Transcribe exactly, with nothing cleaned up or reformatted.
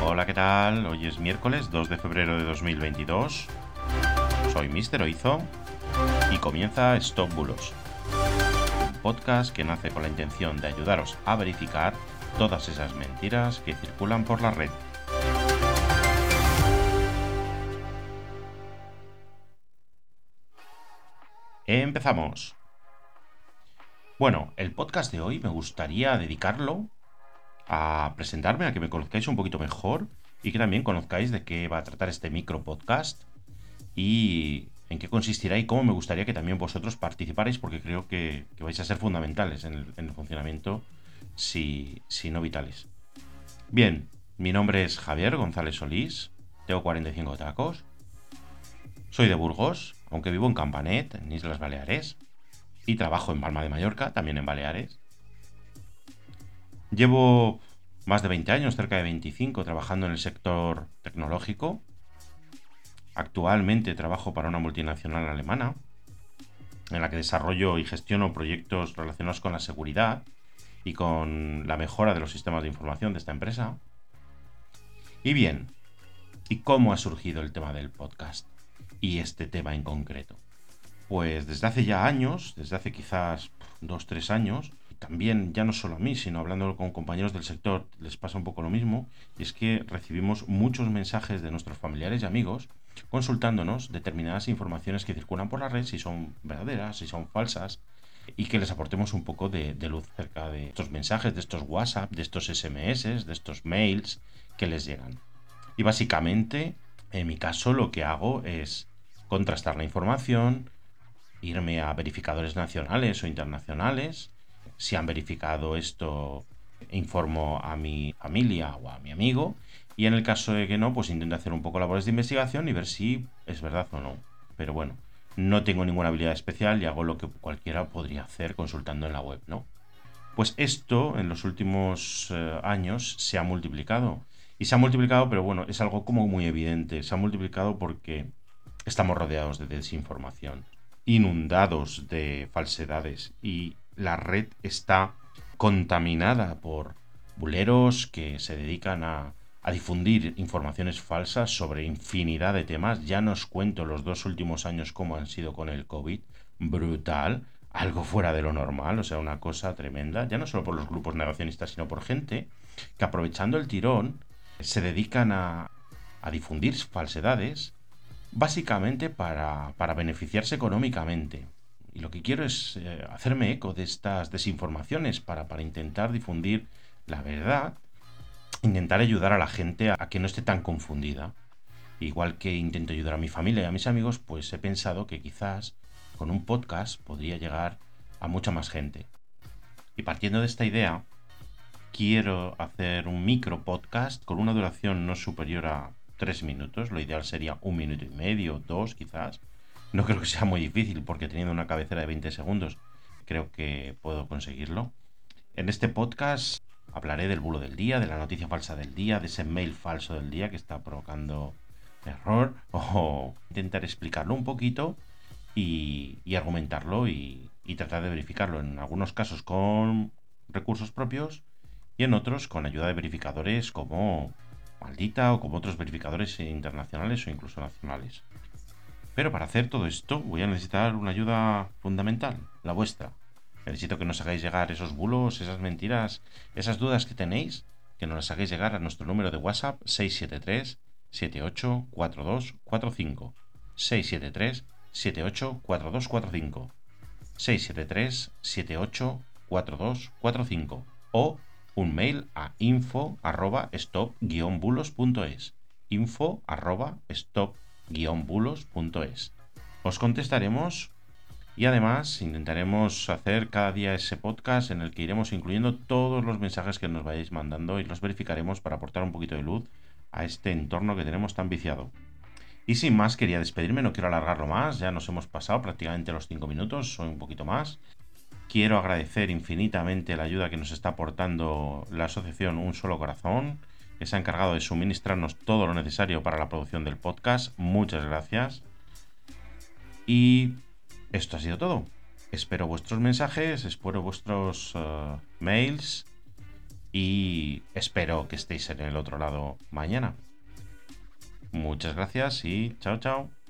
Hola, ¿qué tal? Hoy es miércoles dos de febrero de dos mil veintidós. Soy míster Oizo y comienza Stop Bulos, un podcast que nace con la intención de ayudaros a verificar todas esas mentiras que circulan por la red. Empezamos. Bueno, el podcast de hoy me gustaría dedicarlo a presentarme, a que me conozcáis un poquito mejor y que también conozcáis de qué va a tratar este micro podcast y en qué consistirá y cómo me gustaría que también vosotros participarais, porque creo que, que vais a ser fundamentales en el, en el funcionamiento, si, si no vitales. Bien, mi nombre es Javier González Solís, tengo cuarenta y cinco tacos, soy de Burgos, aunque vivo en Campanet, en Islas Baleares, y trabajo en Palma de Mallorca, también en Baleares. Llevo más de veinte años, cerca de veinticinco, trabajando en el sector tecnológico. Actualmente trabajo para una multinacional alemana en la que desarrollo y gestiono proyectos relacionados con la seguridad y con la mejora de los sistemas de información de esta empresa. Y bien, ¿y cómo ha surgido el tema del podcast? Y este tema en concreto. Pues desde hace ya años, desde hace quizás dos, tres años, y también ya no solo a mí, sino hablando con compañeros del sector, les pasa un poco lo mismo, y es que recibimos muchos mensajes de nuestros familiares y amigos consultándonos determinadas informaciones que circulan por la red, si son verdaderas, si son falsas, y que les aportemos un poco de, de luz acerca de estos mensajes, de estos WhatsApp, de estos S M S, de estos mails que les llegan. Y básicamente, en mi caso, lo que hago es contrastar la información, irme a verificadores nacionales o internacionales. Si han verificado esto, informo a mi familia o a mi amigo. Y en el caso de que no, pues intento hacer un poco labores de investigación y ver si es verdad o no. Pero bueno, no tengo ninguna habilidad especial y hago lo que cualquiera podría hacer consultando en la web, ¿no? Pues esto en los últimos eh, años se ha multiplicado. Y se ha multiplicado, pero bueno, es algo como muy evidente. Se ha multiplicado porque estamos rodeados de desinformación, inundados de falsedades, y la red está contaminada por buleros que se dedican a, a difundir informaciones falsas sobre infinidad de temas. Ya no os cuento los dos últimos años cómo han sido con el COVID. Brutal, algo fuera de lo normal, o sea, una cosa tremenda, ya no solo por los grupos negacionistas, sino por gente que, aprovechando el tirón, se dedican a, a difundir falsedades, básicamente para, para beneficiarse económicamente. Y lo que quiero es eh, hacerme eco de estas desinformaciones para, para intentar difundir la verdad, intentar ayudar a la gente a, a que no esté tan confundida. Igual que intento ayudar a mi familia y a mis amigos, pues he pensado que quizás con un podcast podría llegar a mucha más gente. Y partiendo de esta idea, quiero hacer un micro podcast con una duración no superior a tres minutos. Lo ideal sería un minuto y medio, dos quizás. No creo que sea muy difícil, porque teniendo una cabecera de veinte segundos creo que puedo conseguirlo. En este podcast hablaré del bulo del día, de la noticia falsa del día, de ese mail falso del día que está provocando error, o intentar explicarlo un poquito y, y argumentarlo y, y tratar de verificarlo, en algunos casos con recursos propios y en otros con ayuda de verificadores como Maldita o como otros verificadores internacionales o incluso nacionales. Pero para hacer todo esto voy a necesitar una ayuda fundamental, la vuestra. Necesito que nos hagáis llegar esos bulos, esas mentiras, esas dudas que tenéis, que nos las hagáis llegar a nuestro número de WhatsApp seis siete tres, siete ocho cuatro dos cuatro cinco. seis siete tres, siete ocho cuatro dos cuatro cinco. seis siete tres, siete ocho cuatro dos cuatro cinco. O un mail a info arroba stop guion bulos punto es. info arroba stop guion bulos punto es. Os contestaremos y además intentaremos hacer cada día ese podcast en el que iremos incluyendo todos los mensajes que nos vayáis mandando y los verificaremos para aportar un poquito de luz a este entorno que tenemos tan viciado. Y sin más, quería despedirme, no quiero alargarlo más, ya nos hemos pasado prácticamente los cinco minutos, soy un poquito más. Quiero agradecer infinitamente la ayuda que nos está aportando la asociación Un Solo Corazón, que se ha encargado de suministrarnos todo lo necesario para la producción del podcast. Muchas gracias. Y esto ha sido todo. Espero vuestros mensajes, espero vuestros uh, mails y espero que estéis en el otro lado mañana. Muchas gracias y chao, chao.